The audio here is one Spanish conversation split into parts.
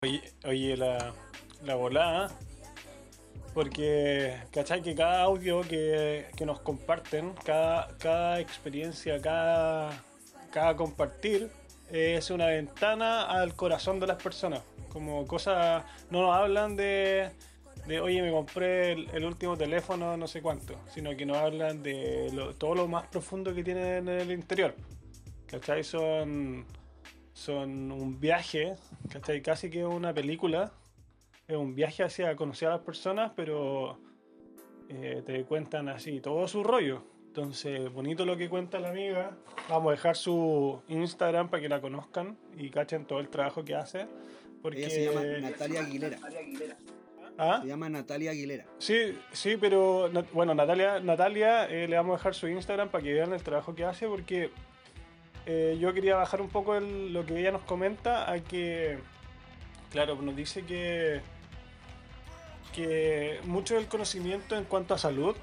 Oye, la volada, porque, ¿cachai? Que cada audio que nos comparten, cada experiencia, cada compartir, es una ventana al corazón de las personas. Como cosas, no nos hablan oye, me compré el último teléfono, no sé cuánto, sino que nos hablan de todo lo más profundo que tienen en el interior. ¿Cachai? Son un viaje, ¿cachai? Casi que una película. Es un viaje hacia conocer a las personas, pero te cuentan así todo su rollo. Entonces, bonito lo que cuenta la amiga. Vamos a dejar su Instagram para que la conozcan y cachen todo el trabajo que hace. Ella se llama Porque... Natalia Aguilera. ¿Ah? Se llama Natalia Aguilera. Sí, sí, pero bueno, Natalia le vamos a dejar su Instagram para que vean el trabajo que hace porque yo quería bajar un poco lo que ella nos comenta a que, claro, nos dice que mucho del conocimiento en cuanto a salud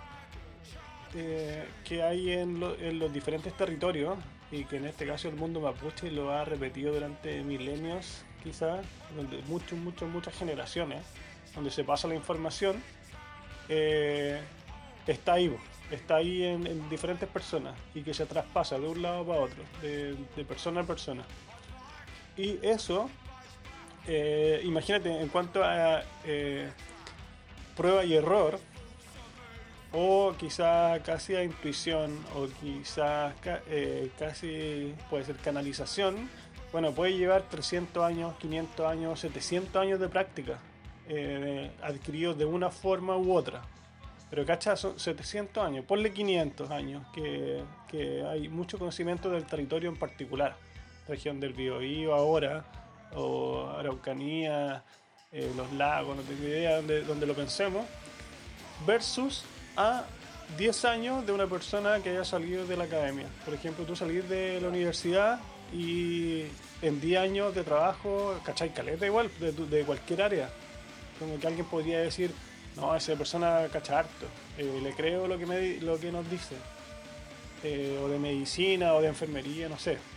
que hay en los diferentes territorios y que en este caso el mundo mapuche lo ha repetido durante milenios quizás, donde muchas generaciones, donde se pasa la información, eh, está ahí, está ahí en diferentes personas y que se traspasa de un lado para otro, de persona a persona. Y eso, imagínate, en cuanto a prueba y error, o quizá casi a intuición, o quizás casi puede ser canalización. Bueno, puede llevar 300 años, 500 años, 700 años de práctica, adquiridos de una forma u otra. Pero cacha, son 700 años, ponle 500 años, que hay mucho conocimiento del territorio en particular. Región del Biobío ahora, o Araucanía, los lagos, no tengo idea donde lo pensemos, versus a 10 años de una persona que haya salido de la academia. Por ejemplo, tú salir de la universidad y en 10 años de trabajo, ¿cachai? Caleta igual, de cualquier área. Como que alguien podría decir, no, esa persona cacha harto, le creo lo que nos dice. O de medicina o de enfermería, no sé.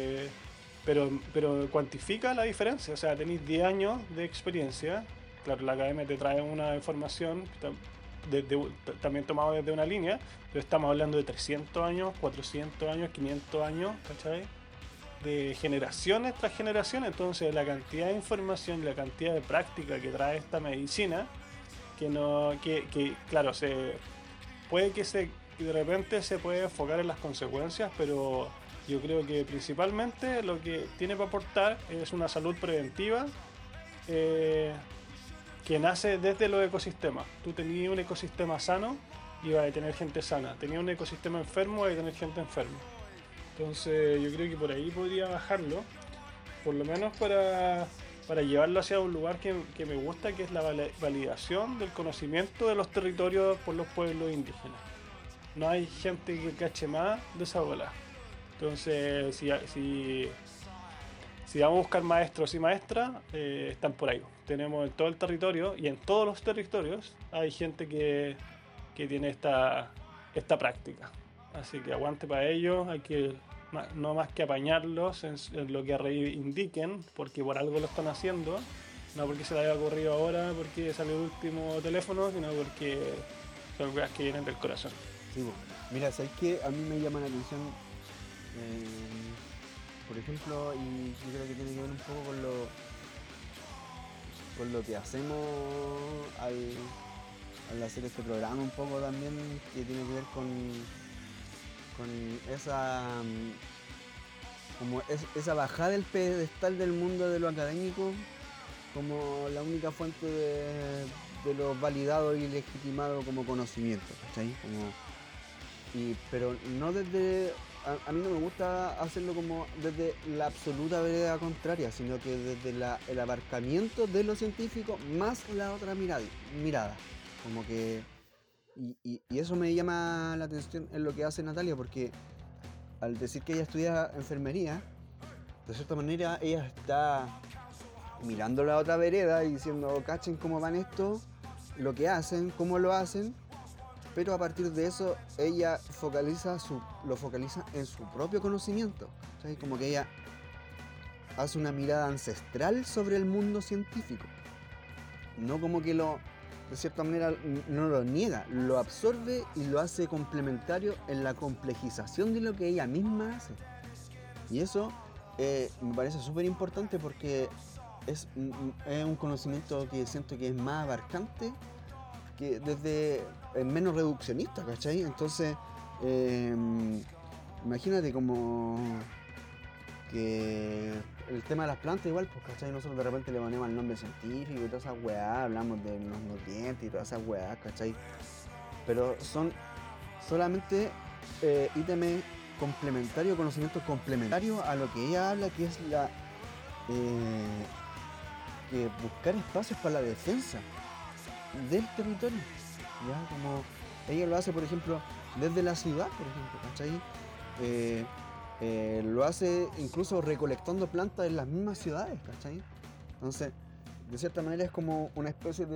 Pero cuantifica la diferencia, o sea, tenéis 10 años de experiencia. Claro, la academia te trae una información también tomado desde una línea, pero estamos hablando de 300 años, 400 años, 500 años, ¿cachai? De generaciones tras generaciones. Entonces la cantidad de información y la cantidad de práctica que trae esta medicina, que no que claro, puede que de repente se puede enfocar en las consecuencias, pero yo creo que principalmente lo que tiene para aportar es una salud preventiva, que nace desde los ecosistemas. Tú tenías un ecosistema sano y vas a tener gente sana. Tenías un ecosistema enfermo y vas a tener gente enferma. Entonces yo creo que por ahí podría bajarlo, por lo menos para llevarlo hacia un lugar que me gusta, que es la validación del conocimiento de los territorios por los pueblos indígenas. No hay gente que cache más de esa bola. Entonces, si vamos a buscar maestros y maestras, están por ahí. Tenemos en todo el territorio y en todos los territorios hay gente que tiene esta práctica. Así que aguante para ellos, hay que no más que apañarlos en lo que indiquen, porque por algo lo están haciendo, no porque se les haya ocurrido ahora, porque salió el último teléfono, sino porque son cosas que vienen del corazón. Sí, bueno. Mira, ¿sabes qué? A mí me llama la atención, por ejemplo, y yo creo que tiene que ver un poco con lo que hacemos al hacer este programa, un poco también, que tiene que ver con esa esa bajada del pedestal del mundo de lo académico como la única fuente de lo validado y legitimado como conocimiento, ¿cachai? Pero no desde... A mí no me gusta hacerlo como desde la absoluta vereda contraria, sino que desde el abarcamiento de lo científico más la otra mirada. Como que... Y eso me llama la atención en lo que hace Natalia, porque al decir que ella estudia enfermería, de cierta manera ella está mirando la otra vereda y diciendo, cachen cómo van esto, lo que hacen, cómo lo hacen, pero a partir de eso ella lo focaliza en su propio conocimiento, ¿sabes? Como que ella hace una mirada ancestral sobre el mundo científico. No como que de cierta manera, no lo niega, lo absorbe y lo hace complementario en la complejización de lo que ella misma hace. Y eso me parece súper importante porque es un conocimiento que siento que es más abarcante, que es menos reduccionista, ¿cachai? Entonces, imagínate como que el tema de las plantas igual, pues, ¿cachai? Nosotros de repente le ponemos el nombre científico y todas esas weás, hablamos de los nutrientes y todas esas weás, ¿cachai? Pero son solamente ítems complementarios, conocimientos complementarios a lo que ella habla, que es que buscar espacios para la defensa del territorio, ¿ya? Como ella lo hace, por ejemplo, desde la ciudad, por ejemplo, ¿cachai? Lo hace incluso recolectando plantas en las mismas ciudades, ¿cachai? Entonces, de cierta manera es como una especie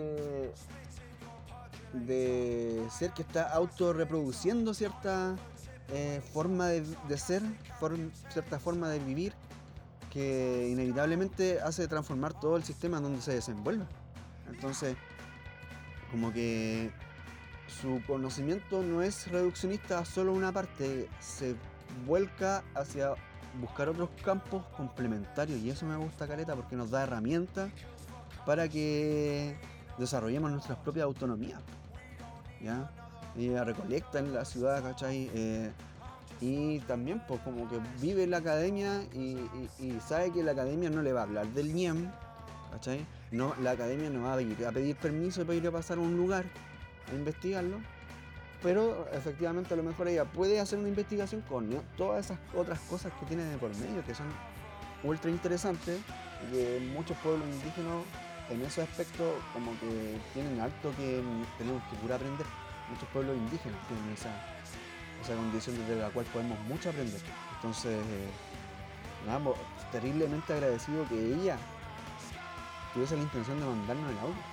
de ser que está autorreproduciendo cierta forma de ser, cierta forma de vivir, que inevitablemente hace transformar todo el sistema en donde se desenvuelve. Entonces, como que su conocimiento no es reduccionista a solo una parte, se vuelca hacia buscar otros campos complementarios, y eso me gusta caleta porque nos da herramientas para que desarrollemos nuestras propias autonomías, ¿ya? Ella recolecta en la ciudad, ¿cachai? Y también pues como que vive en la academia y sabe que la academia no le va a hablar del ñem, ¿cachai? No, la academia no va a pedir permiso para ir a pasar a un lugar a investigarlo, pero efectivamente a lo mejor ella puede hacer una investigación con todas esas otras cosas que tiene de por medio, que son ultra interesantes, y que muchos pueblos indígenas en ese aspecto como que tienen harto que tenemos que pura aprender. Muchos pueblos indígenas tienen esa condición desde la cual podemos mucho aprender. Entonces, nada, terriblemente agradecido que ella tuviese la intención de mandarnos el audio.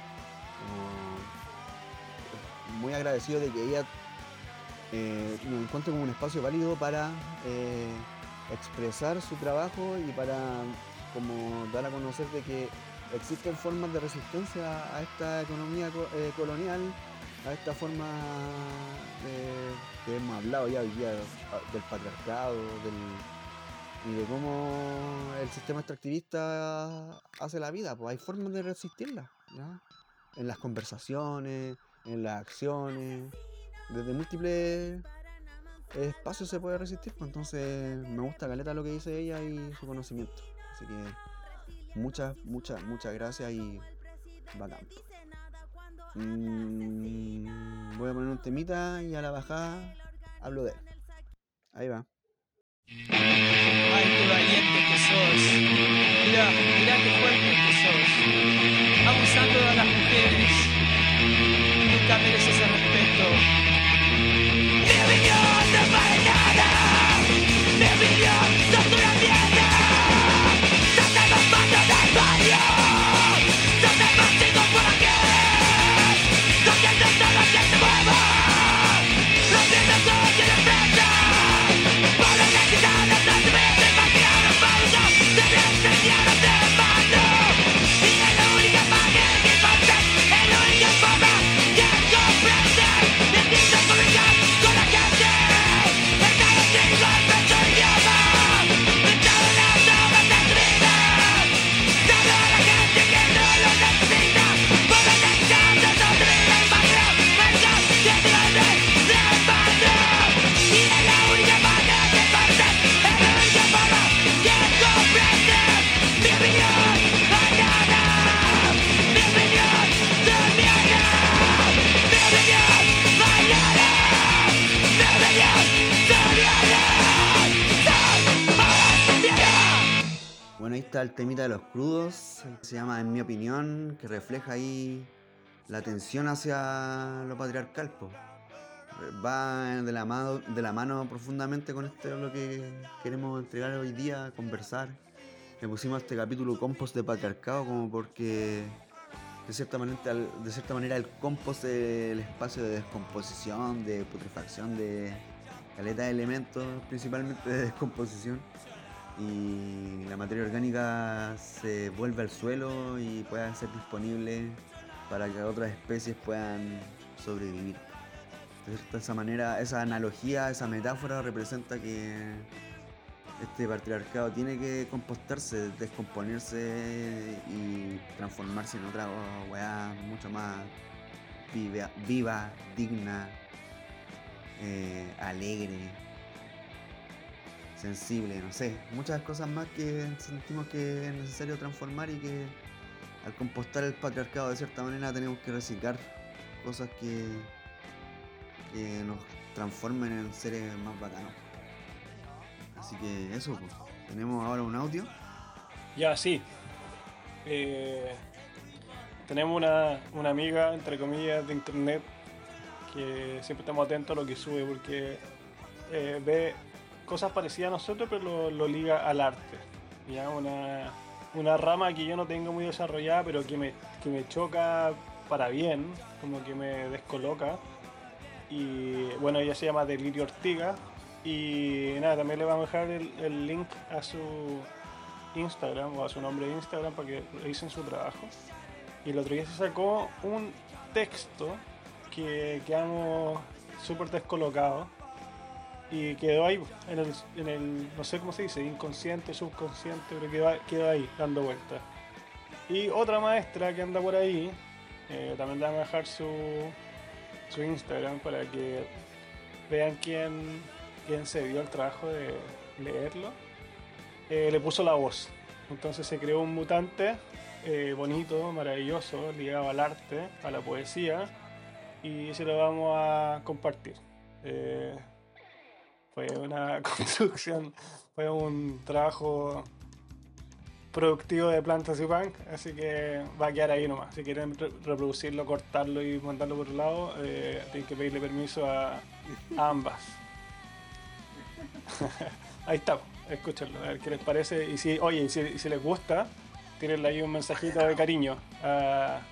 Muy agradecido de que ella nos encuentre como un espacio válido para expresar su trabajo y para como dar a conocer de que existen formas de resistencia a esta economía colonial, a esta forma que hemos hablado ya hoy día del patriarcado y de cómo el sistema extractivista hace la vida. Pues hay formas de resistirla, ¿ya? En las conversaciones, en las acciones, desde múltiples espacios se puede resistir. Pues entonces me gusta caleta lo que dice ella y su conocimiento, así que muchas gracias y bacán. Voy a poner un temita y a la bajada hablo de él. Ahí va. Ay, qué valiente que sos. Mirá qué fuerte que sos. Abusando de las mujeres. Nunca mereces el respeto. Mi opinión no vale nada. Mi opinión sos una mierda. Sos el más malo del barrio. Sos el más chico por aquí. Cogiendo todo lo que se mueva. Rompiendo todo lo que le prenda. Por la necesidad de transmitir el patriarcado falso. De enseñaros de mano. Y es la única manera que importa. Es la única forma que comprende. Mi instinto es comunicar con la gente. Estado trigo al pecho del idioma. Estado en las obras de tu vida. Dando a la gente que no lo necesita. Por la necesidad de sobrevivir el barrio. Venga, que te vende de mano. Y es la única manera que importa. Es la única forma que comprende. Mi opinión, mañana. Mi opinión, mañana. Mi opinión, mañana. Mi opinión, mañana. Bueno, ahí está el temita de los crudos, se llama En mi opinión, que refleja ahí la tensión hacia lo patriarcal, po. Va de la mano profundamente con lo que queremos entregar hoy día, conversar. Le pusimos este capítulo compost de patriarcado como porque de cierta manera el compost es el espacio de descomposición, de putrefacción, de caleta de elementos, principalmente de descomposición. y la materia orgánica se vuelve al suelo y pueda ser disponible para que otras especies puedan sobrevivir. De esa manera, esa analogía, esa metáfora representa que este patriarcado tiene que compostarse, descomponerse y transformarse en otra weá mucho más viva, digna, alegre, sensible, no sé, muchas cosas más que sentimos que es necesario transformar y que al compostar el patriarcado de cierta manera tenemos que reciclar cosas que nos transformen en seres más bacanos. Así que eso, pues. Tenemos ahora un audio. Ya, sí. Tenemos una amiga, entre comillas, de internet que siempre estamos atentos a lo que sube porque ve cosas parecidas a nosotros, pero lo liga al arte. Ya, una rama que yo no tengo muy desarrollada, pero que me choca para bien, como que me descoloca. Y bueno, ella se llama Delirio Ortiga. Y nada, también le vamos a dejar el link a su Instagram o a su nombre de Instagram para que revisen su trabajo. Y el otro día se sacó un texto que quedamos súper descolocados y quedó ahí en el, no sé cómo se dice, inconsciente, subconsciente, pero quedó ahí dando vueltas. Y otra maestra que anda por ahí, también le vamos a dejar su Instagram para que vean quién se dio el trabajo de leerlo. Le puso la voz. Entonces se creó un mutante bonito, maravilloso, ligado al arte, a la poesía, y se lo vamos a compartir. Fue una construcción, fue un trabajo productivo de Plantas y Punk, así que va a quedar ahí nomás. Si quieren reproducirlo, cortarlo y mandarlo por un lado, tienen que pedirle permiso a ambas. Ahí está, escúchenlo, a ver qué les parece. Y si les gusta, tírenle ahí un mensajito de cariño a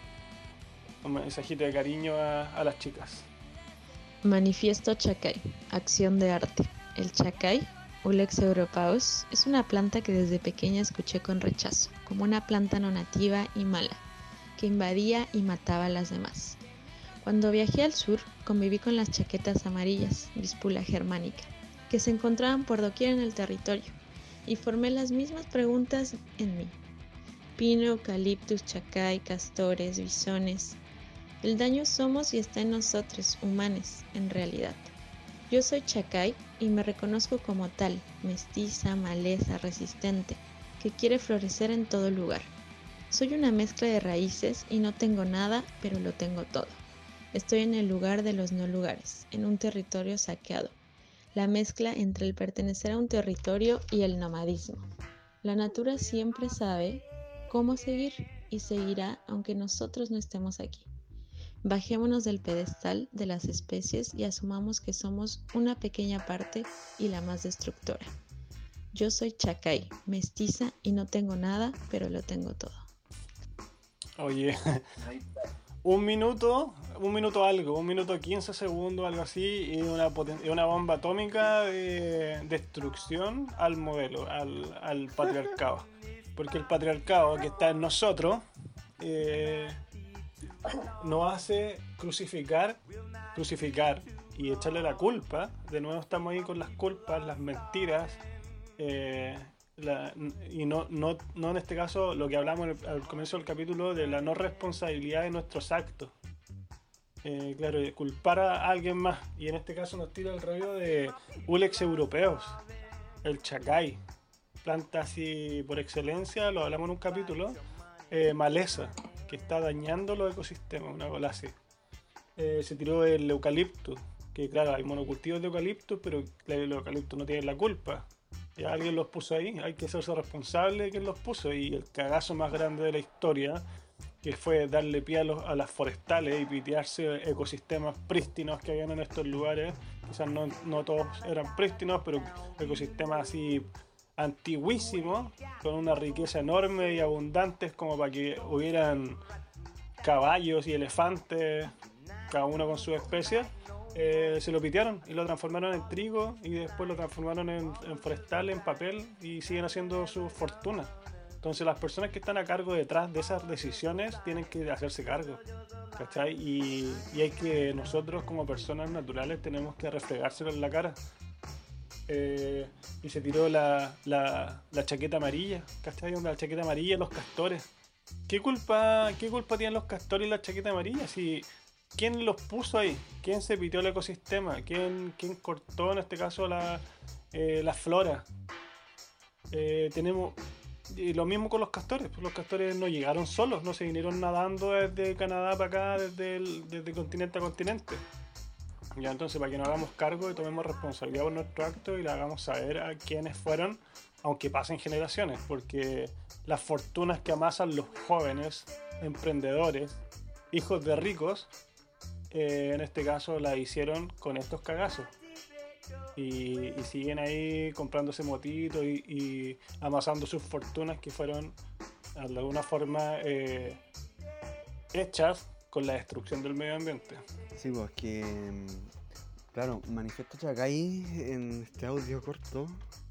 las chicas. Manifiesto Chacay, acción de arte. El chacay, Ulex europaeus, es una planta que desde pequeña escuché con rechazo, como una planta no nativa y mala, que invadía y mataba a las demás. Cuando viajé al sur, conviví con las chaquetas amarillas, Bispula germánica, que se encontraban por doquier en el territorio, y formé las mismas preguntas en mí. Pino, eucaliptus, chacay, castores, bisones. El daño somos y está en nosotros, humanos, en realidad. Yo soy chacay y me reconozco como tal, mestiza, maleza, resistente, que quiere florecer en todo lugar. Soy una mezcla de raíces y no tengo nada, pero lo tengo todo. Estoy en el lugar de los no lugares, en un territorio saqueado. La mezcla entre el pertenecer a un territorio y el nomadismo. La natura siempre sabe cómo seguir y seguirá aunque nosotros no estemos aquí. Bajémonos del pedestal de las especies y asumamos que somos una pequeña parte y la más destructora. Yo soy chacay, mestiza y no tengo nada, pero lo tengo todo. Oye, un minuto 15 segundos, algo así, y una bomba atómica de destrucción al modelo, al patriarcado. Porque el patriarcado que está en nosotros nos hace crucificar y echarle la culpa. De nuevo estamos ahí con las culpas, las mentiras, y no en este caso lo que hablamos al comienzo del capítulo de la no responsabilidad de nuestros actos. Claro, de culpar a alguien más, y en este caso nos tira el rollo de Ulex europaeus, el chacay, planta así por excelencia, lo hablamos en un capítulo, maleza, que está dañando los ecosistemas, una bola así. Se tiró el eucalipto, que claro, hay monocultivos de eucalipto, pero el eucalipto no tiene la culpa. Ya alguien los puso ahí, hay que hacerse responsable de quién los puso, y el cagazo más grande de la historia, que fue darle pie a las forestales y pitearse ecosistemas prístinos que habían en estos lugares. Quizás no todos eran prístinos, pero ecosistemas así antiguísimos, con una riqueza enorme y abundantes como para que hubieran caballos y elefantes, cada uno con su especie, se lo pitearon y lo transformaron en trigo y después lo transformaron en forestal, en papel y siguen haciendo su fortuna. Entonces las personas que están a cargo detrás de esas decisiones tienen que hacerse cargo, ¿cachai? Y hay que, nosotros como personas naturales tenemos que refregárselo en la cara. Y se tiró la chaqueta amarilla, ¿cachai? La chaqueta amarilla, los castores. ¿Qué culpa tienen los castores y la chaqueta amarilla? Si, ¿quién los puso ahí? ¿Quién se pitió el ecosistema? ¿Quién cortó en este caso la flora? Tenemos... Y lo mismo con los castores, pues los castores no llegaron solos, no se vinieron nadando desde Canadá para acá, desde continente a continente. Ya, entonces, para que nos hagamos cargo y tomemos responsabilidad por nuestro acto y le hagamos saber a quiénes fueron, aunque pasen generaciones, porque las fortunas que amasan los jóvenes emprendedores, hijos de ricos, en este caso la hicieron con estos cagazos. Y siguen ahí comprándose motitos y amasando sus fortunas que fueron de alguna forma hechas con la destrucción del medio ambiente. Sí, pues que, claro, Manifiesto Chacay en este audio corto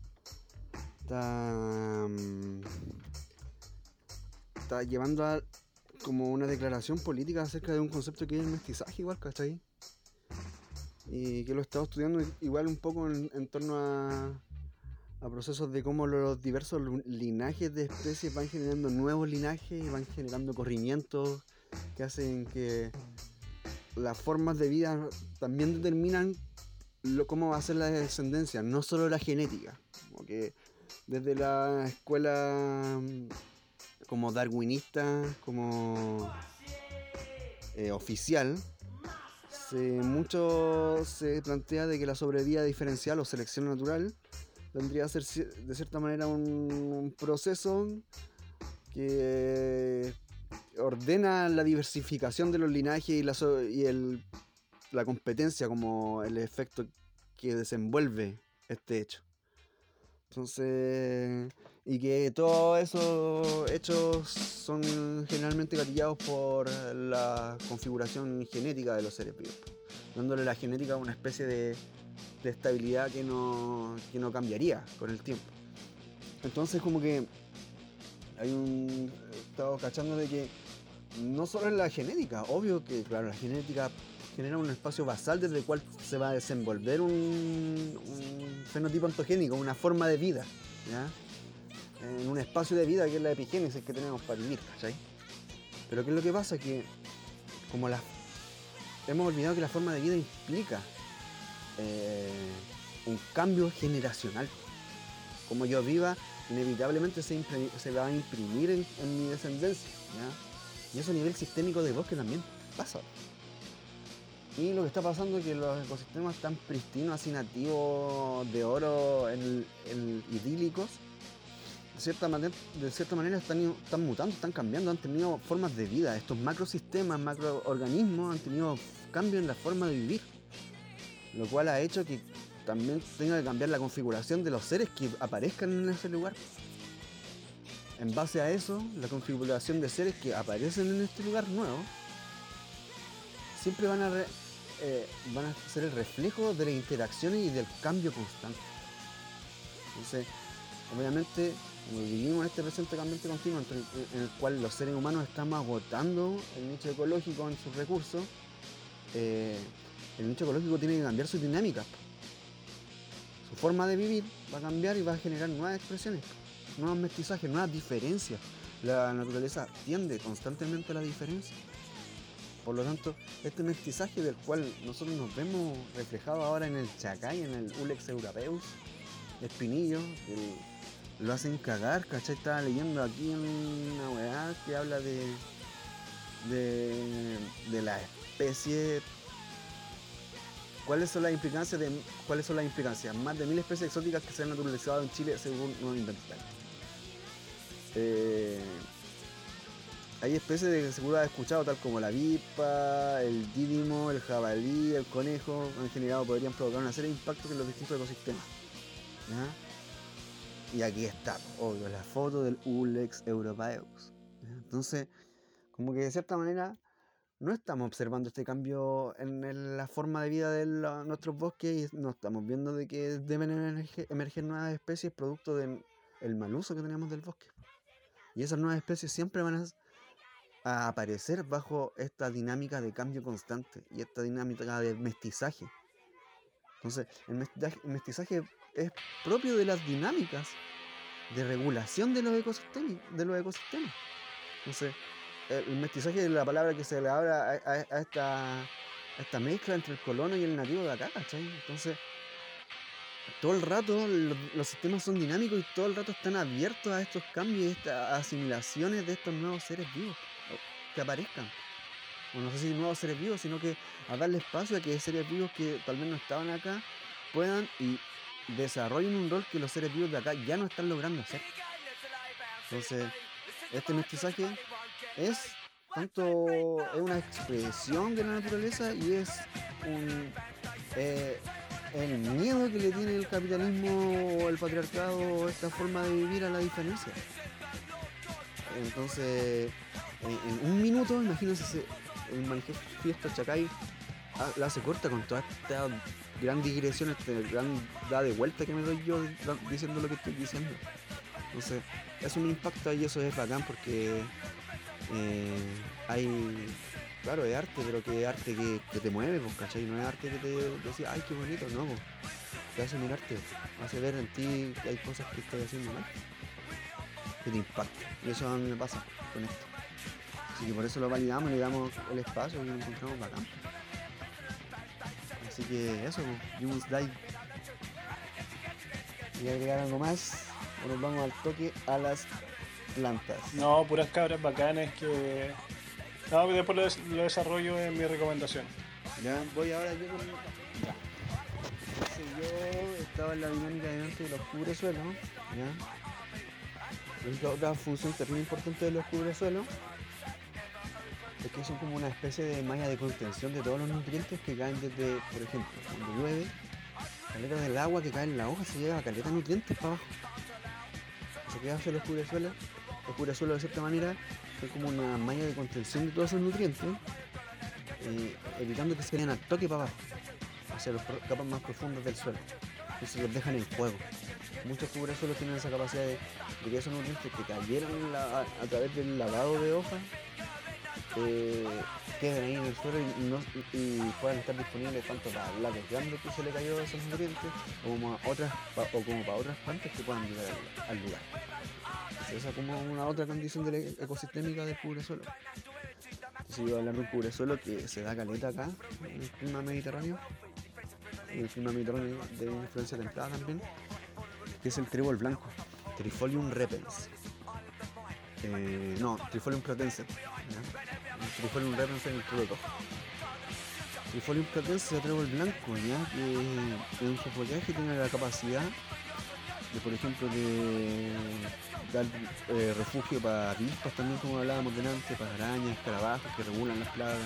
está llevando a como una declaración política acerca de un concepto que es el mestizaje igual, ¿cachai? Y que lo he estado estudiando igual un poco en torno a procesos de cómo los diversos linajes de especies van generando nuevos linajes y van generando corrimientos que hacen que las formas de vida también determinan cómo va a ser la descendencia, no solo la genética. Como que desde la escuela como darwinista, como oficial, mucho se plantea de que la sobrevida diferencial o selección natural vendría a ser de cierta manera un proceso que ordena la diversificación de los linajes y la competencia como el efecto que desenvuelve este hecho. Entonces, y que todos esos hechos son generalmente gatillados por la configuración genética de los seres vivos, dándole a la genética una especie de estabilidad que no cambiaría con el tiempo. Entonces, como que he estado cachando de que no solo es la genética, obvio que claro, la genética genera un espacio basal desde el cual se va a desenvolver un fenotipo ontogénico, una forma de vida, ¿ya? En un espacio de vida que es la epigénesis que tenemos para vivir, ¿cachai? Pero ¿qué es lo que pasa? Que como hemos olvidado que la forma de vida implica un cambio generacional. Como yo viva, inevitablemente se va a imprimir en mi descendencia, ¿ya? Y eso a nivel sistémico de bosque también pasa. Y lo que está pasando es que los ecosistemas están pristinos, así nativos de oro, idílicos, de cierta manera están mutando, están cambiando, han tenido formas de vida. Estos macrosistemas, macroorganismos han tenido cambios en la forma de vivir, lo cual ha hecho que también tenga que cambiar la configuración de los seres que aparezcan en ese lugar. En base a eso, la configuración de seres que aparecen en este lugar nuevo siempre van a ser el reflejo de las interacciones y del cambio constante. Entonces, obviamente, como vivimos en este presente cambiante continuo en el cual los seres humanos estamos agotando el nicho ecológico en sus recursos, el nicho ecológico tiene que cambiar su dinámica. Su forma de vivir va a cambiar y va a generar nuevas expresiones, nuevos mestizajes, nuevas diferencias. La naturaleza tiende constantemente a la diferencia. Por lo tanto, este mestizaje del cual nosotros nos vemos reflejado ahora en el chacay, en el Ulex europaeus, espinillo, que lo hacen cagar, ¿cachai? Estaba leyendo aquí en una weá que habla de la especie. ¿Cuáles son las implicancias? Más de 1000 especies exóticas que se han naturalizado en Chile según un inventario. Hay especies de que seguro has escuchado, tal como la avispa, el dídimo, el jabalí, el conejo, podrían provocar una serie de impactos en los distintos ecosistemas, ¿ya? Y aquí está, obvio, la foto del Ulex europaeus, ¿ya? Entonces, como que de cierta manera, no estamos observando este cambio en la forma de vida de nuestros bosques y no estamos viendo de que deben emerger nuevas especies producto del mal uso que tenemos del bosque. Y esas nuevas especies siempre van a aparecer bajo esta dinámica de cambio constante y esta dinámica de mestizaje. Entonces, el mestizaje es propio de las dinámicas de regulación de los ecosistemas. Entonces, el mestizaje es la palabra que se le habla a esta mezcla entre el colono y el nativo de acá, ¿cachai? Entonces, todo el rato los sistemas son dinámicos y todo el rato están abiertos a estos cambios y estas asimilaciones de estos nuevos seres vivos que aparezcan. O no sé si nuevos seres vivos, sino que a darle espacio a que seres vivos que tal vez no estaban acá puedan y desarrollen un rol que los seres vivos de acá ya no están logrando hacer. Entonces, este mestizaje es una expresión de la naturaleza y es el miedo que le tiene el capitalismo o el patriarcado o esta forma de vivir a la diferencia. Entonces, en un minuto, imagínense, el manifiesto Chacay la hace corta con toda esta gran digresión, esta gran da de vuelta que me doy yo diciendo lo que estoy diciendo. Entonces, eso me impacta y eso es bacán porque claro, es arte, pero que es arte que te mueve, pues, ¿cachai? No es arte que te decía, ay, qué bonito, no, pues, te hace mirarte, hace ver en ti que hay cosas que estás haciendo mal, que te impacta. Y eso a mí me pasa con esto. Así que por eso lo validamos, le damos el espacio y lo encontramos bacán. Así que eso, Jules Dive. ¿Y agregar algo más? O nos vamos al toque a las plantas. No, puras cabras bacanas que... No, después lo desarrollo en mi recomendación. Ya, voy ahora yo con... Ya. Entonces yo estaba en la dinámica de antes de los cubresuelos, ¿ya? Es la otra función también importante de los cubresuelos. Es que son como una especie de malla de contención de todos los nutrientes que caen desde, por ejemplo, cuando llueve, caleta del agua que cae en la hoja se lleva a caleta de nutrientes para abajo. Eso que hacen los cubresuelos de cierta manera es como una malla de contención de todos esos nutrientes, evitando que se vayan al toque para abajo, hacia las capas más profundas del suelo. Entonces los dejan en juego. Muchos cubresuelos tienen esa capacidad de que esos nutrientes que cayeron a través del lavado de hojas queden ahí en el suelo y puedan estar disponibles tanto para la grandes que se le cayó esos nutrientes como para otras plantas que puedan llegar al lugar. Esa es como una otra condición ecosistémica del cubresuelo. Entonces yo voy a hablar de un cubresuelo que se da caleta acá en el clima mediterráneo, en el clima mediterráneo de influencia templada también, que es el trébol blanco, Trifolium repens. Trifolium pratense, Trifolium repens en el trébol rojo. Trifolium pratense es trébol blanco, ya que en su follaje tiene la capacidad de, por ejemplo, de dar refugio para avispas también, como hablábamos delante, para arañas, escarabajos que regulan las plagas.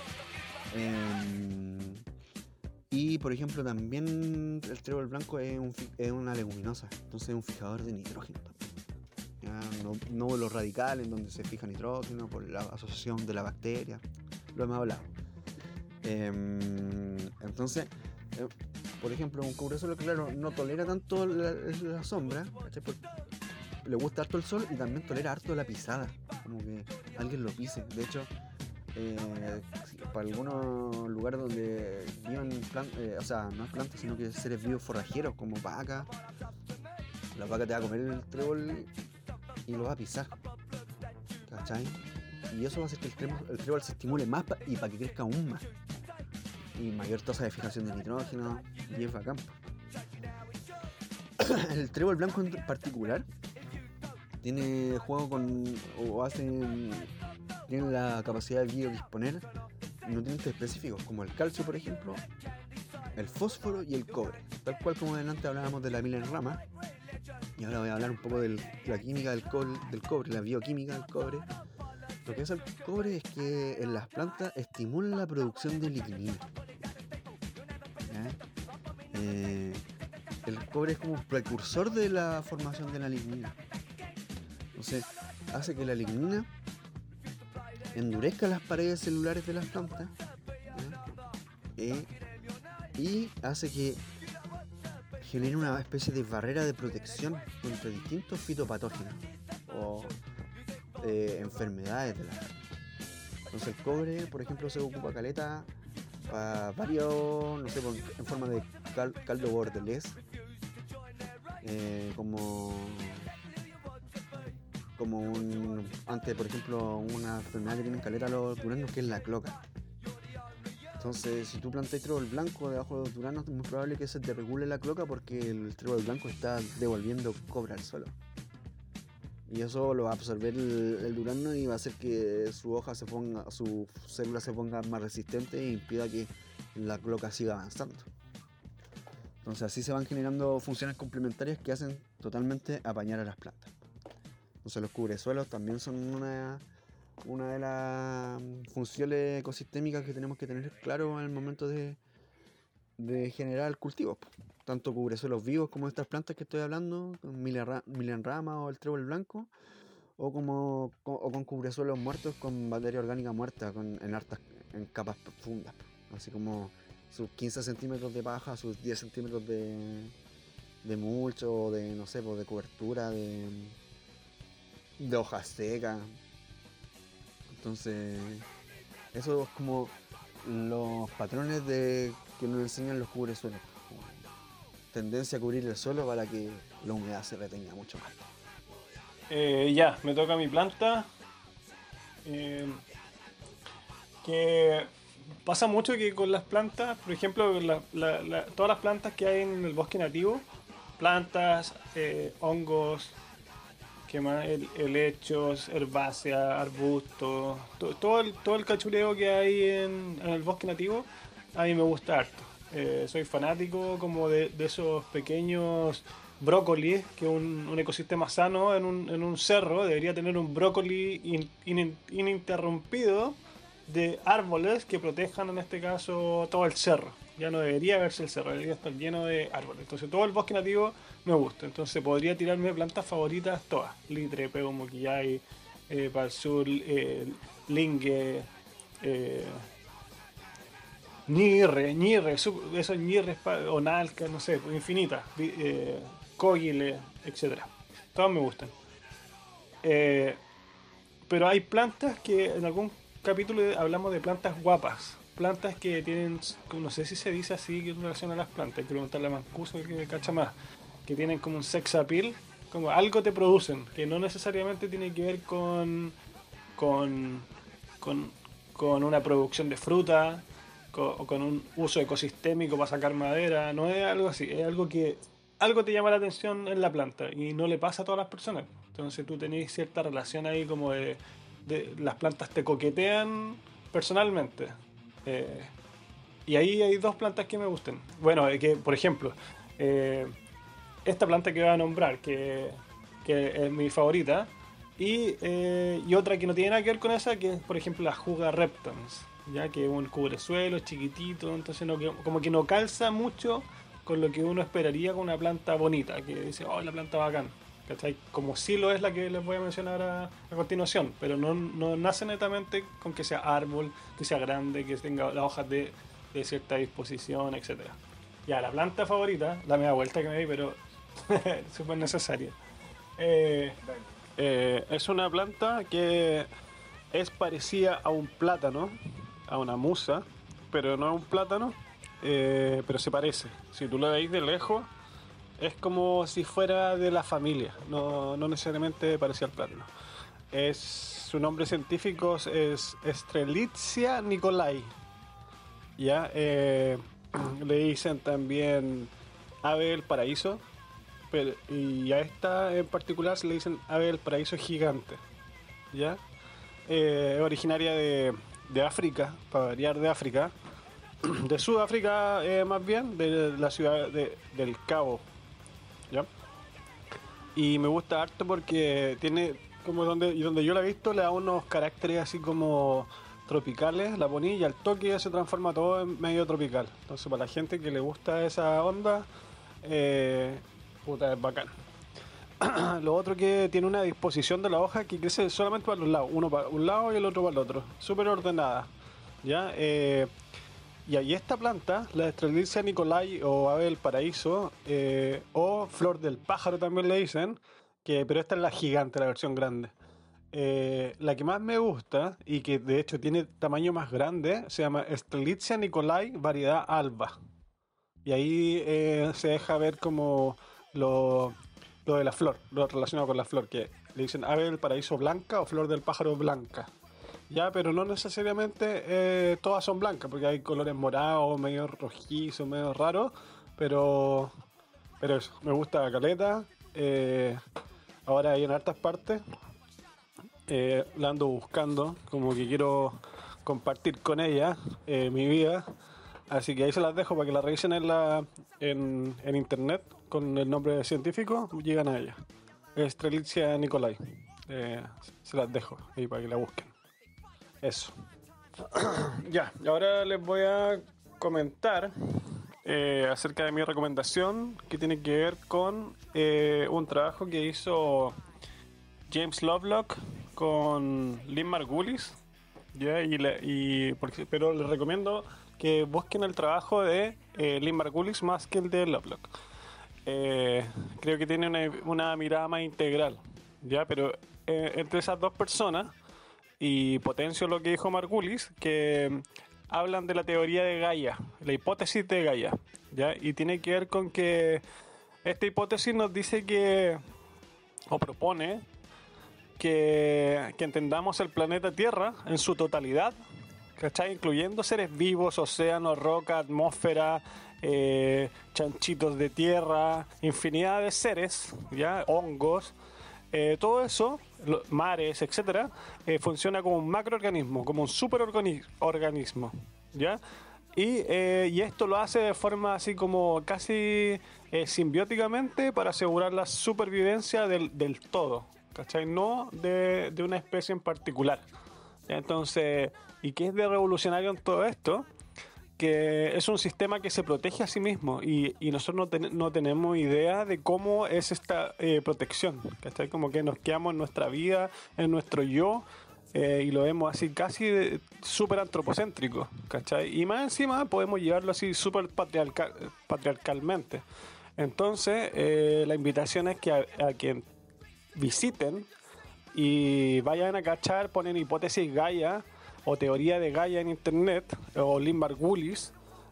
Y por ejemplo también el trébol blanco es una leguminosa, entonces es un fijador de nitrógeno también. No los radicales en donde se fija nitrógeno por la asociación de la bacteria, lo hemos hablado. Entonces, por ejemplo, un cubresuelo, claro, no tolera tanto la sombra, ¿cachai? Le gusta harto el sol y también tolera harto la pisada, como que alguien lo pise. De hecho, para algunos lugares donde viven no es plantas, sino que seres vivos forrajeros como vacas, la vaca te va a comer el trébol y lo va a pisar, ¿cachai? Y eso va a hacer que el trébol se estimule más y para que crezca aún más. Y mayor tasa de fijación de nitrógeno, y es bacán. El trébol blanco en particular tiene tiene la capacidad de biodisponer nutrientes específicos como el calcio, por ejemplo, el fósforo y el cobre, tal cual como adelante hablábamos de la milenrama. Y ahora voy a hablar un poco de la química del cobre, la bioquímica del cobre. Lo que hace el cobre es que en las plantas estimula la producción de lignina. El cobre es como un precursor de la formación de la lignina. Entonces, hace que la lignina endurezca las paredes celulares de las plantas, y hace que genere una especie de barrera de protección contra distintos fitopatógenos o enfermedades de la carne. Entonces el cobre, por ejemplo, se ocupa caleta para varios, no sé, en forma de caldo bordelés, antes, por ejemplo, una enfermedad que tienen caleta los duranos, que es la cloca. Entonces, si tú plantas trébol blanco debajo de los duranos, es muy probable que se te regule la cloca, porque el trébol blanco está devolviendo cobre al suelo. Y eso lo va a absorber el durano y va a hacer que su célula se ponga más resistente e impida que la cloca siga avanzando. Entonces así se van generando funciones complementarias que hacen totalmente apañar a las plantas. Entonces los cubresuelos también son una de las funciones ecosistémicas que tenemos que tener claro en el momento de generar cultivos. Tanto cubresuelos vivos como estas plantas que estoy hablando, con milenrama o el trébol blanco, o con cubresuelos muertos con materia orgánica muerta en capas profundas, así como sus 15 centímetros de paja, sus 10 centímetros de mulch, o de, no sé, de cobertura de hojas secas. Entonces eso es como los patrones que nos enseñan los cubresuelos. Tendencia a cubrir el suelo para que la humedad se retenga mucho más. Ya, me toca mi planta. Que pasa mucho que con las plantas, por ejemplo, todas las plantas que hay en el bosque nativo, plantas, hongos, ¿qué más? Helechos, herbáceas, arbustos, todo el cachureo que hay en el bosque nativo, a mí me gusta harto. Soy fanático como de esos pequeños brócolis, que un ecosistema sano en un cerro debería tener un brócoli ininterrumpido de árboles que protejan, en este caso, todo el cerro. Ya no debería verse el cerro, debería estar lleno de árboles. Entonces todo el bosque nativo me gusta. Entonces podría tirarme plantas favoritas todas: litre, pego, moquillay, para el lingue, ñirre, esos ñirres o nalcas, no sé, infinitas, cóguiles, etc. Todas me gustan. Pero hay plantas que en algún capítulo hablamos de plantas guapas. Plantas que tienen, no sé si se dice así en relación a las plantas, hay que preguntarle a Mancuso, que me cacha más, que tienen como un sex appeal, como algo te producen, que no necesariamente tiene que ver con una producción de fruta, o con un uso ecosistémico para sacar madera. No es algo así, es algo que algo te llama la atención en la planta y no le pasa a todas las personas. Entonces tú tenés cierta relación ahí, como de las plantas te coquetean personalmente. Y ahí hay dos plantas que me gustan. Bueno, que por ejemplo, esta planta que voy a nombrar, que es mi favorita, y otra que no tiene nada que ver con esa, que es por ejemplo la Juga reptans, ya que es un cubresuelo chiquitito, entonces como que no calza mucho con lo que uno esperaría con una planta bonita, que dice, oh, la planta bacán, ¿cachai? Como sí lo es la que les voy a mencionar a continuación, pero no nace netamente con que sea árbol, que sea grande, que tenga las hojas de cierta disposición, etc. Ya, la planta favorita, la media vuelta que me di, pero súper necesaria. Es una planta que es parecida a un plátano, a una musa, pero no a un plátano, pero se parece. Si tú lo veis de lejos, es como si fuera de la familia, no necesariamente parecía al plátano. Su nombre científico es Strelitzia nicolai. ¿Ya? Le dicen también ave del paraíso, y a esta en particular se le dicen ave del paraíso gigante. ¿Ya? Es originaria de África, para variar, de África, de Sudáfrica, más bien, de la ciudad del Cabo. ¿Ya? Y me gusta harto porque tiene, como donde yo la he visto, le da unos caracteres así como tropicales, la poní y al toque se transforma todo en medio tropical. Entonces para la gente que le gusta esa onda, puta, es bacán. Lo otro que tiene una disposición de la hoja que crece solamente para los lados, uno para un lado y el otro para el otro, súper ordenada. ¿Ya? Y ahí esta planta, la Strelitzia nicolai o ave del paraíso, o flor del pájaro también le dicen, pero esta es la gigante, la versión grande. La que más me gusta y que de hecho tiene tamaño más grande se llama Strelitzia nicolai variedad alba. Y ahí se deja ver como lo de la flor, lo relacionado con la flor, que le dicen ave del paraíso blanca o flor del pájaro blanca. Ya, pero no necesariamente todas son blancas, porque hay colores morados, medio rojizos, medio raros, pero eso, me gusta caleta. Ahora hay en hartas partes, la ando buscando, como que quiero compartir con ella mi vida. Así que ahí se las dejo para que la revisen en internet con el nombre científico, llegan a ella. Strelitzia nicolai. Se las dejo ahí para que la busquen. Eso. Ya, ahora les voy a comentar acerca de mi recomendación que tiene que ver con un trabajo que hizo James Lovelock con Lynn Margulis. ¿Ya? Pero les recomiendo que busquen el trabajo de Lynn Margulis más que el de Lovelock. Creo que tiene una mirada más integral, ¿ya? Pero entre esas dos personas, y potencio lo que dijo Margulis, que hablan de la teoría de Gaia, la hipótesis de Gaia, ¿ya? Y tiene que ver con que esta hipótesis nos dice o propone que entendamos el planeta Tierra en su totalidad, ¿cachai? Incluyendo seres vivos, océanos, roca, atmósfera, chanchitos de tierra, infinidad de seres, ¿ya? Hongos, todo eso, mares, etcétera, funciona como un macroorganismo, como un superorganismo, ¿ya? Y esto lo hace de forma así como casi simbióticamente para asegurar la supervivencia del todo, ¿cachai? No de una especie en particular. Entonces, ¿y qué es de revolucionario en todo esto? Que es un sistema que se protege a sí mismo y nosotros no tenemos idea de cómo es esta protección, ¿cachai? Como que nos quedamos en nuestra vida, en nuestro yo, y lo vemos así casi súper antropocéntrico, ¿cachai? Y más encima podemos llevarlo así súper patriarcalmente. Entonces, la invitación es que a que visiten y vayan a cachar, ponen hipótesis Gaia o teoría de Gaia en internet o Lynn Margulis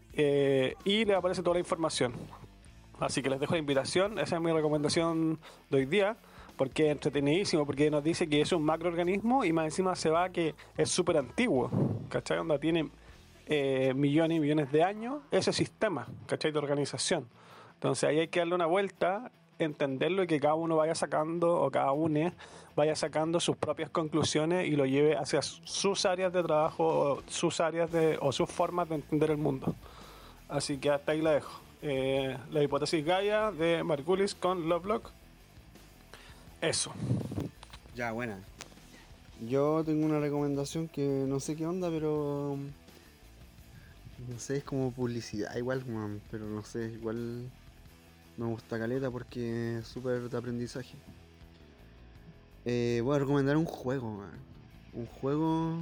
y les aparece toda la información. Así que les dejo la invitación, esa es mi recomendación de hoy día, porque es entretenidísimo, porque nos dice que es un macroorganismo y más encima se va que es súper antiguo, ¿cachai? Onda tiene millones y millones de años ese sistema, ¿cachai? De organización. Entonces ahí hay que darle una vuelta, entenderlo y que cada uno vaya sacando, o cada uno vaya sacando sus propias conclusiones y lo lleve hacia sus áreas de trabajo, o sus formas de entender el mundo. Así que hasta ahí la dejo. La hipótesis Gaia de Margulis con Lovelock. Eso. Ya, buena. Yo tengo una recomendación que no sé qué onda, pero no sé, es como publicidad igual, pero no sé, igual me gusta caleta porque es súper de aprendizaje. Voy a recomendar un juego, man. Un juego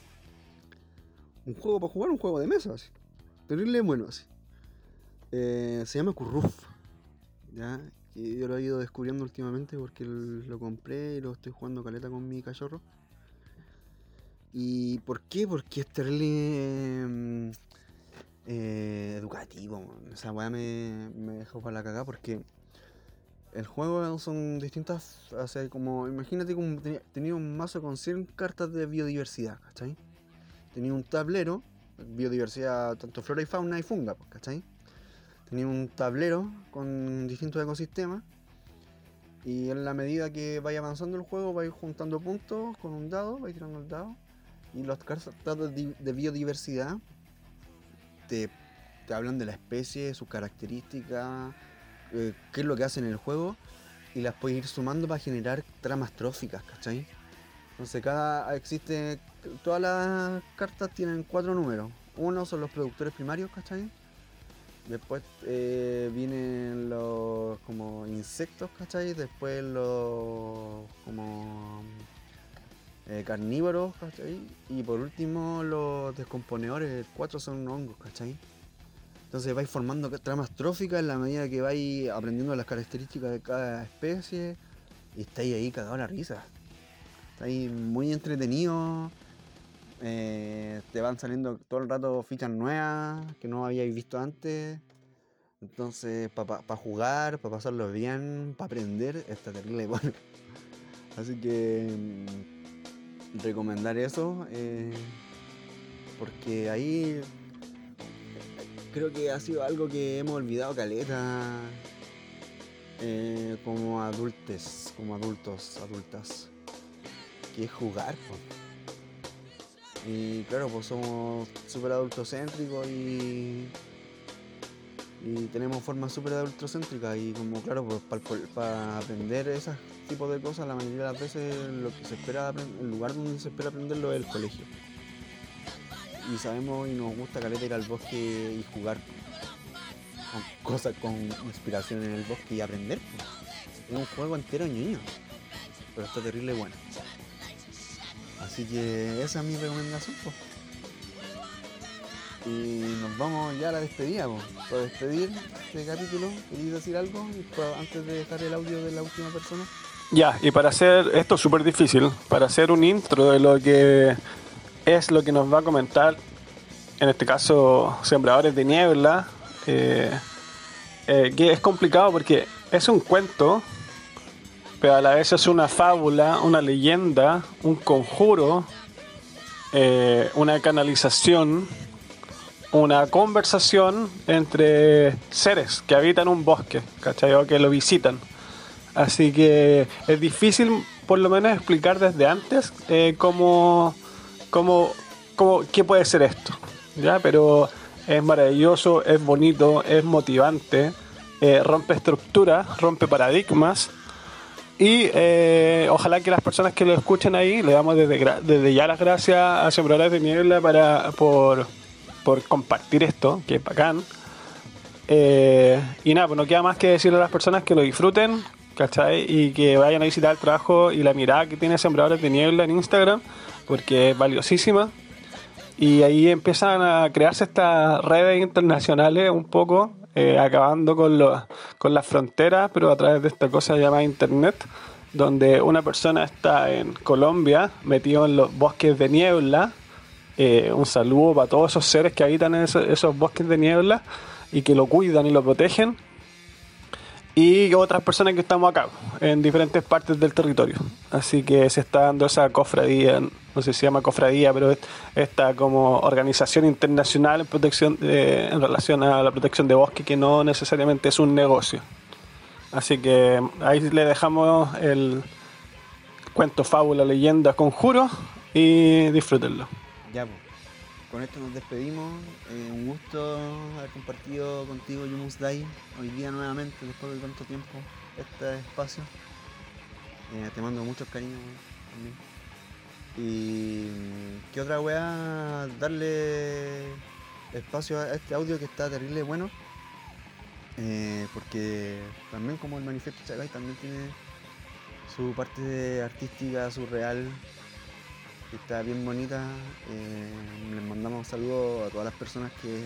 para jugar, un juego de mesa, así. Terrible bueno, así. Se llama Curruf, ¿ya? Y yo lo he ido descubriendo últimamente porque lo compré y lo estoy jugando caleta con mi cachorro. ¿Y por qué? Porque es terrible educativo, man. Esa weá me dejó para la cagada porque el juego son distintas, o sea, como imagínate como tenía un mazo con 100 cartas de biodiversidad, ¿cachai? Tenía un tablero, biodiversidad tanto flora y fauna y funga, ¿cachai? Tenía un tablero con distintos ecosistemas y en la medida que vaya avanzando el juego vais juntando puntos con un dado, vais tirando el dado y las cartas de biodiversidad te hablan de la especie, sus características, qué es lo que hacen en el juego y las puedes ir sumando para generar tramas tróficas, ¿cachai? Entonces todas las cartas tienen 4 números. Uno son los productores primarios, ¿cachai? Después vienen los como insectos, ¿cachai? Después los como carnívoros, ¿cachai? Y por último los descomponedores, el 4 son hongos, ¿cachai? Entonces vais formando tramas tróficas en la medida que vais aprendiendo las características de cada especie y estáis ahí cagados a la risa. Estáis muy entretenidos, te van saliendo todo el rato fichas nuevas que no habíais visto antes. Entonces, para jugar, para pasarlo bien, para aprender, está terrible bueno. Así que recomendar eso, porque ahí creo que ha sido algo que hemos olvidado caleta como adultos, adultas, que es jugar, pues. Y claro, pues somos súper adultocéntricos y tenemos formas súper adultocéntricas y como claro, pues para aprender esos tipos de cosas la mayoría de las veces lo que se espera el lugar donde se espera aprenderlo es el colegio. Y sabemos y nos gusta caleta ir al bosque y jugar con cosas con inspiración en el bosque y aprender, pues. Es un juego entero ñoño, pero está terrible bueno. Así que esa es mi recomendación, pues. Y nos vamos ya a la despedida, pues. Para despedir este capítulo, ¿queréis decir algo antes de dejar el audio de la última persona? Ya, y para hacer esto súper difícil, para hacer un intro de lo que es lo que nos va a comentar, en este caso, Sembradores de Niebla, que es complicado porque es un cuento, pero a la vez es una fábula, una leyenda, un conjuro, una canalización, una conversación entre seres que habitan un bosque, ¿cachai? O que lo visitan. Así que es difícil, por lo menos, explicar desde antes qué puede ser esto, ¿ya? Pero es maravilloso, es bonito, es motivante, rompe estructuras, rompe paradigmas. Y ojalá que las personas que lo escuchen ahí, le damos desde ya las gracias a Sembradores de Niebla por compartir esto, que es bacán. Y nada, pues no queda más que decirle a las personas que lo disfruten, ¿cachai? Y que vayan a visitar el trabajo y la mirada que tiene Sembradores de Niebla en Instagram, porque es valiosísima. Y ahí empiezan a crearse estas redes internacionales un poco, acabando con las fronteras, pero a través de esta cosa llamada internet, donde una persona está en Colombia, metido en los bosques de niebla. Un saludo para todos esos seres que habitan en esos bosques de niebla y que lo cuidan y lo protegen. Y otras personas que estamos acá, en diferentes partes del territorio. Así que se está dando esa cofradía, no sé si se llama cofradía, pero esta como organización internacional en protección en relación a la protección de bosque, que no necesariamente es un negocio. Así que ahí le dejamos el cuento, fábula, leyenda, conjuro y disfrútenlo. Ya, pues. Con esto nos despedimos. Un gusto haber compartido contigo, Yumus Dai, hoy día nuevamente, después de tanto tiempo, este espacio. Te mando muchos cariños también. Y qué otra weá, darle espacio a este audio que está terrible bueno. Porque también como el Manifiesto Chacay también tiene su parte artística, surreal, que está bien bonita. Les mandamos un saludo a todas las personas que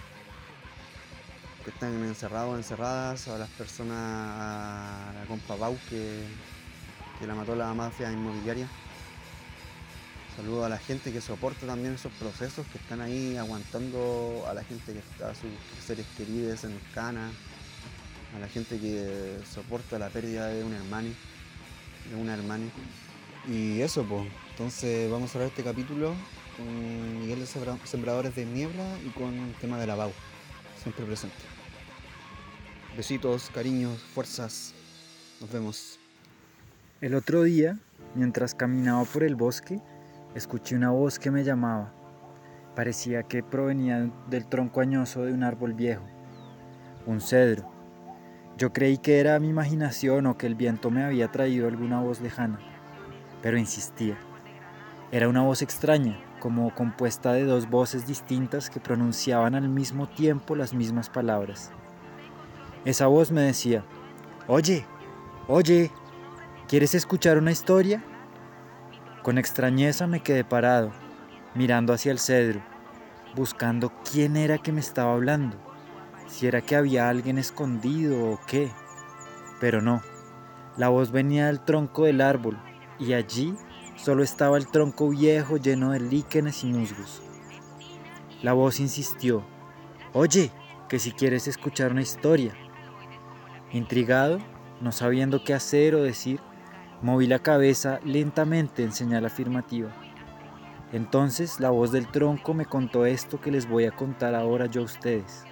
están encerrados, encerradas, a las personas, a la compa Pau que la mató la mafia inmobiliaria. Saludo a la gente que soporta también esos procesos, que están ahí aguantando, a la gente que está a sus seres queridos en cana, a la gente que soporta la pérdida de un hermano, de una hermana. Y eso, pues. Entonces vamos a cerrar este capítulo con Miguel de Sembradores de Niebla y con el tema de la Pau, siempre presente. Besitos, cariños, fuerzas. Nos vemos. El otro día, mientras caminaba por el bosque, escuché una voz que me llamaba. Parecía que provenía del tronco añoso de un árbol viejo, un cedro. Yo creí que era mi imaginación o que el viento me había traído alguna voz lejana, pero insistía. Era una voz extraña, como compuesta de dos voces distintas que pronunciaban al mismo tiempo las mismas palabras. Esa voz me decía: «Oye, oye, ¿quieres escuchar una historia?». Con extrañeza me quedé parado, mirando hacia el cedro, buscando quién era que me estaba hablando, si era que había alguien escondido o qué. Pero no, la voz venía del tronco del árbol, y allí solo estaba el tronco viejo lleno de líquenes y musgos. La voz insistió: «Oye, que si quieres escuchar una historia». Intrigado, no sabiendo qué hacer o decir, moví la cabeza lentamente en señal afirmativa. Entonces la voz del tronco me contó esto que les voy a contar ahora yo a ustedes.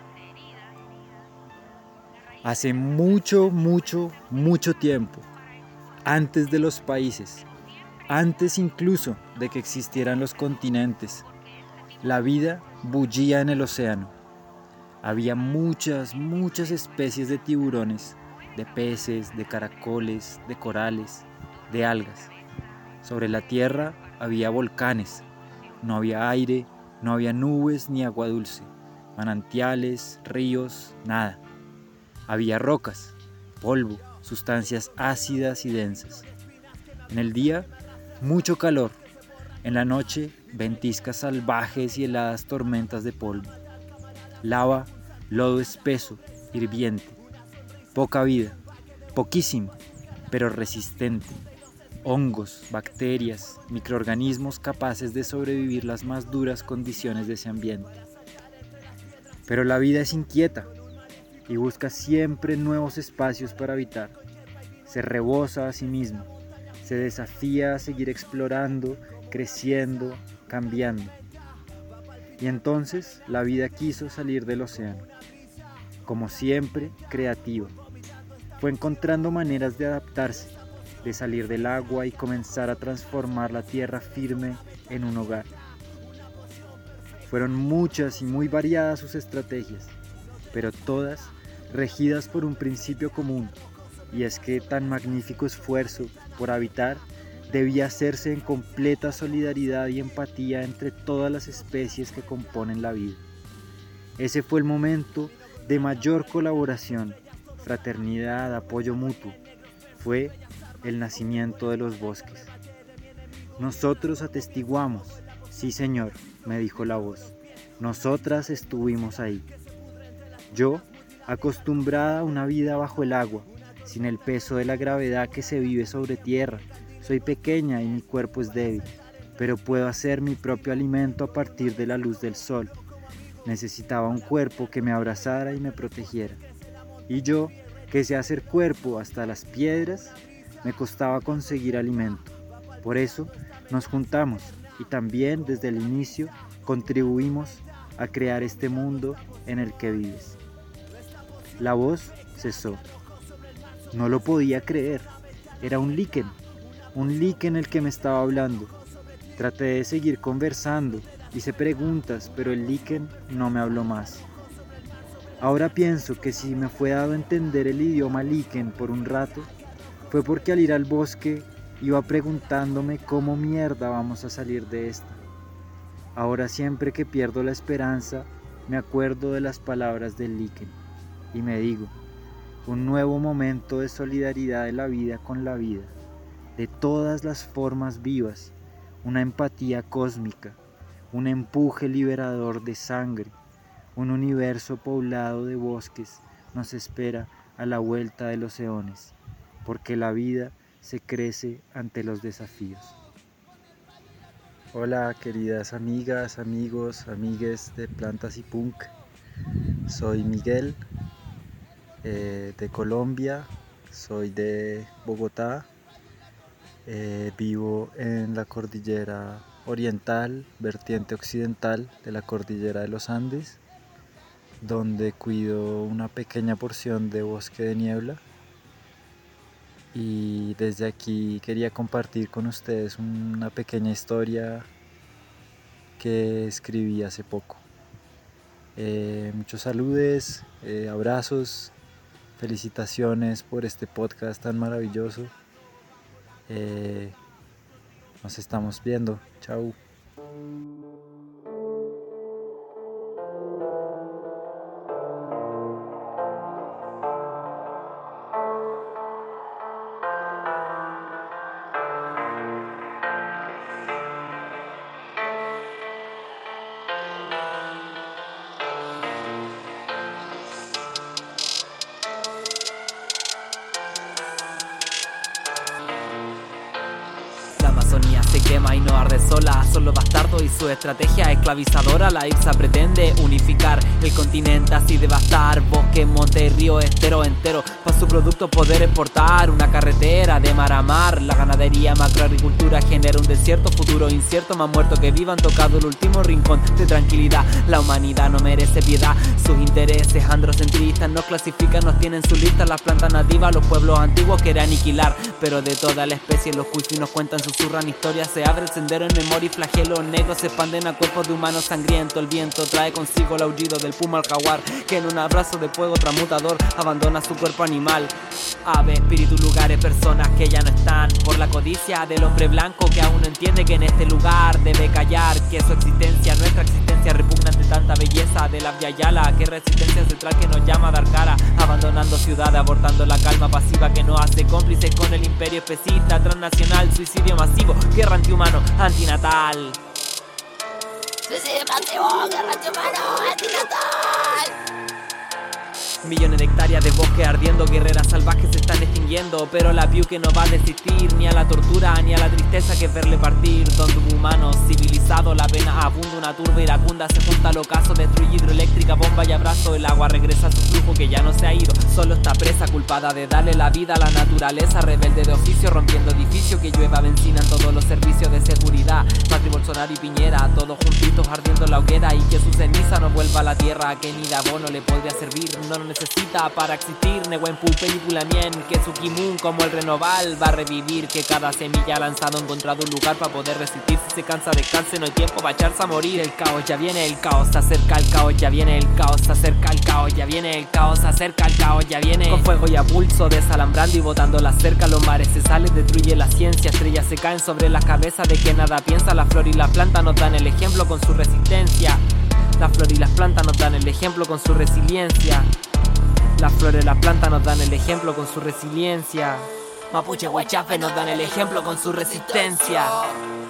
Hace mucho, mucho, mucho tiempo, antes de los países, antes incluso de que existieran los continentes, la vida bullía en el océano. Había muchas, muchas especies de tiburones, de peces, de caracoles, de corales, de algas. Sobre la tierra había volcanes, no había aire, no había nubes ni agua dulce, manantiales, ríos, nada. Había rocas, polvo, sustancias ácidas y densas. En el día, mucho calor. En la noche, ventiscas salvajes y heladas tormentas de polvo. Lava, lodo espeso, hirviente. Poca vida, poquísima, pero resistente. Hongos, bacterias, microorganismos capaces de sobrevivir las más duras condiciones de ese ambiente. Pero la vida es inquieta y busca siempre nuevos espacios para habitar. Se rebosa a sí misma, se desafía a seguir explorando, creciendo, cambiando. Y entonces la vida quiso salir del océano, como siempre, creativa. Fue encontrando maneras de adaptarse, de salir del agua y comenzar a transformar la tierra firme en un hogar. Fueron muchas y muy variadas sus estrategias, pero todas regidas por un principio común, y es que tan magnífico esfuerzo por habitar debía hacerse en completa solidaridad y empatía entre todas las especies que componen la vida. Ese fue el momento de mayor colaboración, fraternidad, apoyo mutuo. Fue el nacimiento de los bosques. Nosotros atestiguamos, sí señor, me dijo la voz, nosotras estuvimos ahí. Yo, acostumbrada a una vida bajo el agua, sin el peso de la gravedad que se vive sobre tierra, soy pequeña y mi cuerpo es débil, pero puedo hacer mi propio alimento a partir de la luz del sol. Necesitaba un cuerpo que me abrazara y me protegiera. Y yo, que sé hacer cuerpo hasta las piedras, me costaba conseguir alimento. Por eso nos juntamos y también desde el inicio contribuimos a crear este mundo en el que vives. La voz cesó. No lo podía creer. Era un líquen el que me estaba hablando. Traté de seguir conversando, hice preguntas, pero el líquen no me habló más. Ahora pienso que si me fue dado a entender el idioma líquen por un rato, fue porque al ir al bosque iba preguntándome cómo mierda vamos a salir de esta. Ahora siempre que pierdo la esperanza, me acuerdo de las palabras del líquen y me digo, un nuevo momento de solidaridad de la vida con la vida, de todas las formas vivas, una empatía cósmica, un empuje liberador de sangre, un universo poblado de bosques nos espera a la vuelta de los eones, porque la vida se crece ante los desafíos. Hola queridas amigas, amigos, amigues de Plantas y Punk. Soy Miguel, de Colombia, soy de Bogotá, vivo en la cordillera oriental, vertiente occidental de la cordillera de los Andes, donde cuido una pequeña porción de bosque de niebla. Y desde aquí quería compartir con ustedes una pequeña historia que escribí hace poco. Muchos saludos, abrazos, felicitaciones por este podcast tan maravilloso. Nos estamos viendo. Chao. sola, son los bastardos y su estrategia esclavizadora. La IRSA pretende unificar el continente, así devastar bosque, monte, río, estero entero, para su producto poder exportar una carretera de mar a mar. La ganadería, macroagricultura genera un desierto, futuro incierto, más muertos que vivan, tocado el último rincón de tranquilidad. La humanidad no merece piedad, sus intereses androcentristas nos clasifican, nos tienen en su lista. Las plantas nativas, los pueblos antiguos quiere aniquilar, pero de toda la especie los cuifis nos cuentan, susurran historias, se abre el sendero en memoria y flagelos negros se expanden a cuerpos de humanos sangrientos. El viento trae consigo el aullido del puma al jaguar, que en un abrazo de fuego transmutador abandona su cuerpo animal. Ave, espíritu, lugares, personas que ya no están, por la codicia del hombre blanco que aún no entiende que en este lugar debe callar, que su existencia, nuestra existencia, repugna ante tanta belleza de la Via Yala, que resistencia central que nos llama a dar cara, abandonando ciudades, abortando la calma pasiva que nos hace cómplices con el imperio especista, transnacional, suicidio masivo, guerra antihumano, antinatal. Suicidio masivo, guerra antihumano, antinatal. Millones de hectáreas de bosque ardiendo, guerreras salvajes se están extinguiendo, pero la Piu que no va a desistir ni a la tortura ni a la tristeza que es verle partir. Donde hubo humanos civilizados, la pena abunda, una turba iracunda se junta al ocaso, destruye hidroeléctrica, bomba y abrazo, el agua regresa a su flujo que ya no se ha ido, solo está presa, culpada de darle la vida a la naturaleza, rebelde de oficio, rompiendo edificios, que llueva benzina en todos los servicios de seguridad. Macri, Bolsonaro y Piñera, todos juntitos ardiendo la hoguera, y que su ceniza no vuelva a la tierra, que ni de abono le podría servir, no lo necesita para existir. Nehuenpu, película mien, que su Kimun como el renoval va a revivir, que cada semilla lanzado ha encontrado un lugar para poder resistir. Si se cansa, descanse, no hay tiempo para echarse a morir. El caos ya viene, el caos se acerca, el caos ya viene, el caos se acerca, el caos ya viene, el caos se acerca, el caos ya viene. Con fuego y a pulso, desalambrando y botando la cerca, los mares se salen, destruye la ciencia, estrellas se caen sobre la cabeza de que nada piensa. La flor y la planta nos dan el ejemplo con su resistencia. La flor y las plantas nos dan el ejemplo con su resiliencia. Las flores y las plantas nos dan el ejemplo con su resiliencia. Mapuche, Huachafe nos dan el ejemplo con su resistencia.